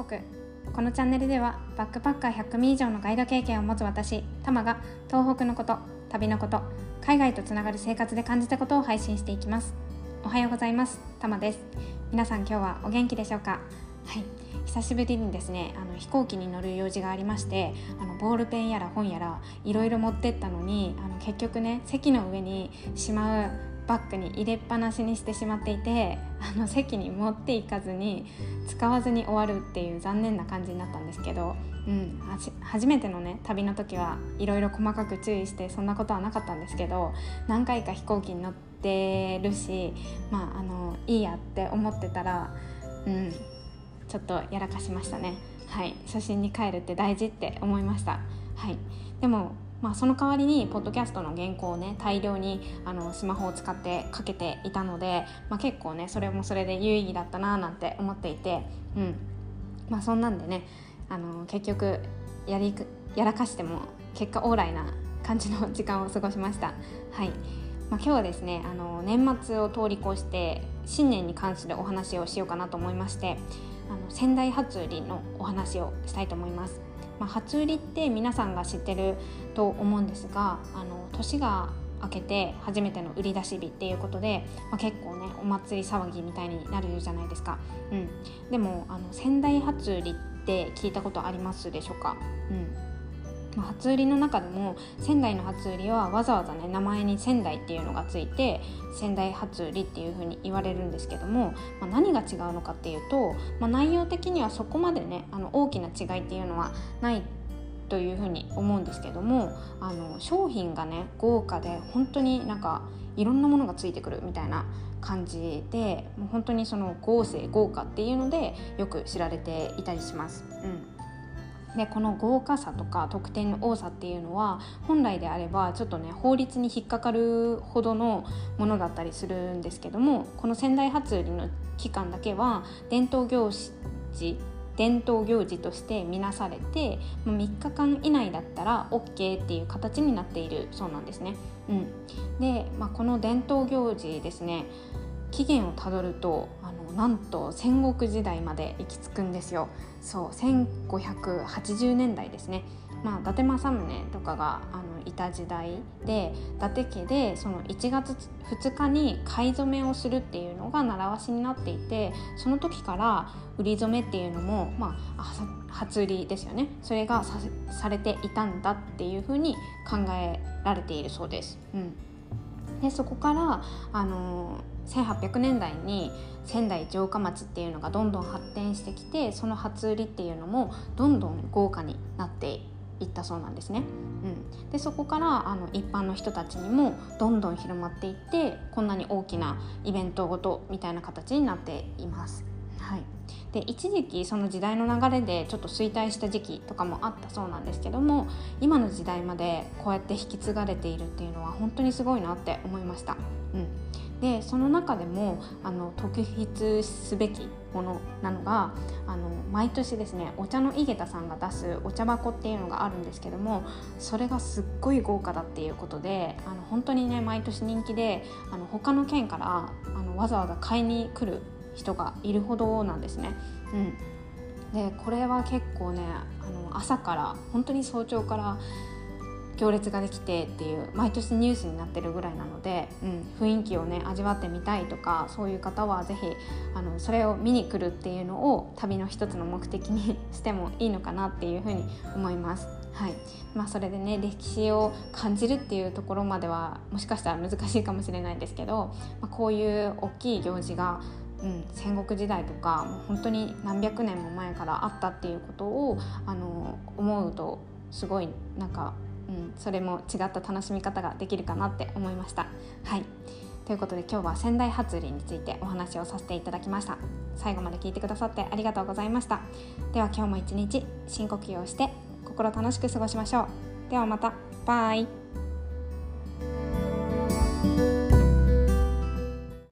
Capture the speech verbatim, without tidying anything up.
ク。このチャンネルではバックパッカーひゃく組以上のガイド経験を持つ私タマが東北のこと、旅のこと、海外とつながる生活で感じたことを配信していきます。おはようございます。タマです。皆さん今日はお元気でしょうか？はい、久しぶりにですねあの飛行機に乗る用事がありまして、あのボールペンやら本やらいろいろ持ってったのに、あの結局ね席の上にしまうバッグに入れっぱなしにしてしまっていて、あの席に持っていかずに使わずに終わるっていう残念な感じになったんですけど、うん、はじ初めてのね旅の時はいろいろ細かく注意してそんなことはなかったんですけど、何回か飛行機に乗ってるし、まああのいいやって思ってたら、うんちょっとやらかしましたね。はい、初心に帰るって大事って思いました。はい、でもまあ、その代わりにポッドキャストの原稿をね大量にあのスマホを使ってかけていたので、まあ、結構ねそれもそれで有意義だったななんて思っていて、うんまあ、そんなんでねあの結局やりやらかしても結果オーライな感じの時間を過ごしました。はい、まあ、今日はですねあの年末を通り越して新年に関するお話をしようかなと思いまして、あの仙台初売りのお話をしたいと思います。まあ、初売りって皆さんが知ってると思うんですが、あの年が明けて初めての売り出し日っていうことで、まあ、結構ねお祭り騒ぎみたいになるじゃないですか。うん、でもあの仙台初売りって聞いたことありますでしょうか？うんまあ、初売りの中でも仙台の初売りはわざわざね名前に仙台っていうのがついて仙台初売りっていう風に言われるんですけども、まあ、何が違うのかっていうと、まあ、内容的にはそこまでねあの大きな違いっていうのはないという風に思うんですけども、あの商品がね豪華で本当になんかいろんなものがついてくるみたいな感じで、もう本当にその豪勢豪華っていうのでよく知られていたりします。うんでこの豪華さとか特典の多さっていうのは本来であればちょっとね法律に引っかかるほどのものだったりするんですけども、この仙台初売りの期間だけは伝統行事伝統行事として見なされて、みっかかん以内だったら OK っていう形になっているそうなんですね。うん、で、まあ、この伝統行事ですね、起源をたどるとあのなんと戦国時代まで行き着くんですよ。そうせんごひゃくはちじゅうねんだいですね。まあ、伊達政宗とかがあのいた時代で、伊達家でそのいちがつふつかに買い初めをするっていうのが習わしになっていて、その時から売り初めっていうのも、まあ、初売りですよね、それが さ, されていたんだっていうふうに考えられているそうです。うんでそこからあのせんはっぴゃくねんだいに仙台城下町っていうのがどんどん発展してきて、その初売りっていうのもどんどん豪華になっていったそうなんですね。うん、でそこからあの一般の人たちにもどんどん広まっていって、こんなに大きなイベントごとみたいな形になっています。はい、で一時期その時代の流れでちょっと衰退した時期とかもあったそうなんですけども、今の時代までこうやって引き継がれているっていうのは本当にすごいなって思いました。うんでその中でもあの特筆すべきものなのが、あの毎年ですねお茶の井桁さんが出すお茶箱っていうのがあるんですけども、それがすっごい豪華だっていうことで、あの本当にね毎年人気で、あの他の県からあのわざわざ買いに来る人がいるほどなんですね。うん、でこれは結構ねあの朝から本当に早朝から行列ができてっていう毎年ニュースになってるぐらいなので、うん、雰囲気をね味わってみたいとか、そういう方はぜひあのそれを見に来るっていうのを旅の一つの目的にしてもいいのかなっていうふうに思います。はいまあ、それでね歴史を感じるっていうところまではもしかしたら難しいかもしれないんですけど、まあ、こういう大きい行事がうん、戦国時代とかもう本当に何百年も前からあったっていうことをあの思うとすごいなんか、うん、それも違った楽しみ方ができるかなって思いました。はいということで今日は仙台初売りについてお話をさせていただきました。最後まで聞いてくださってありがとうございました。では今日も一日深呼吸をして心楽しく過ごしましょう。ではまた。バイ。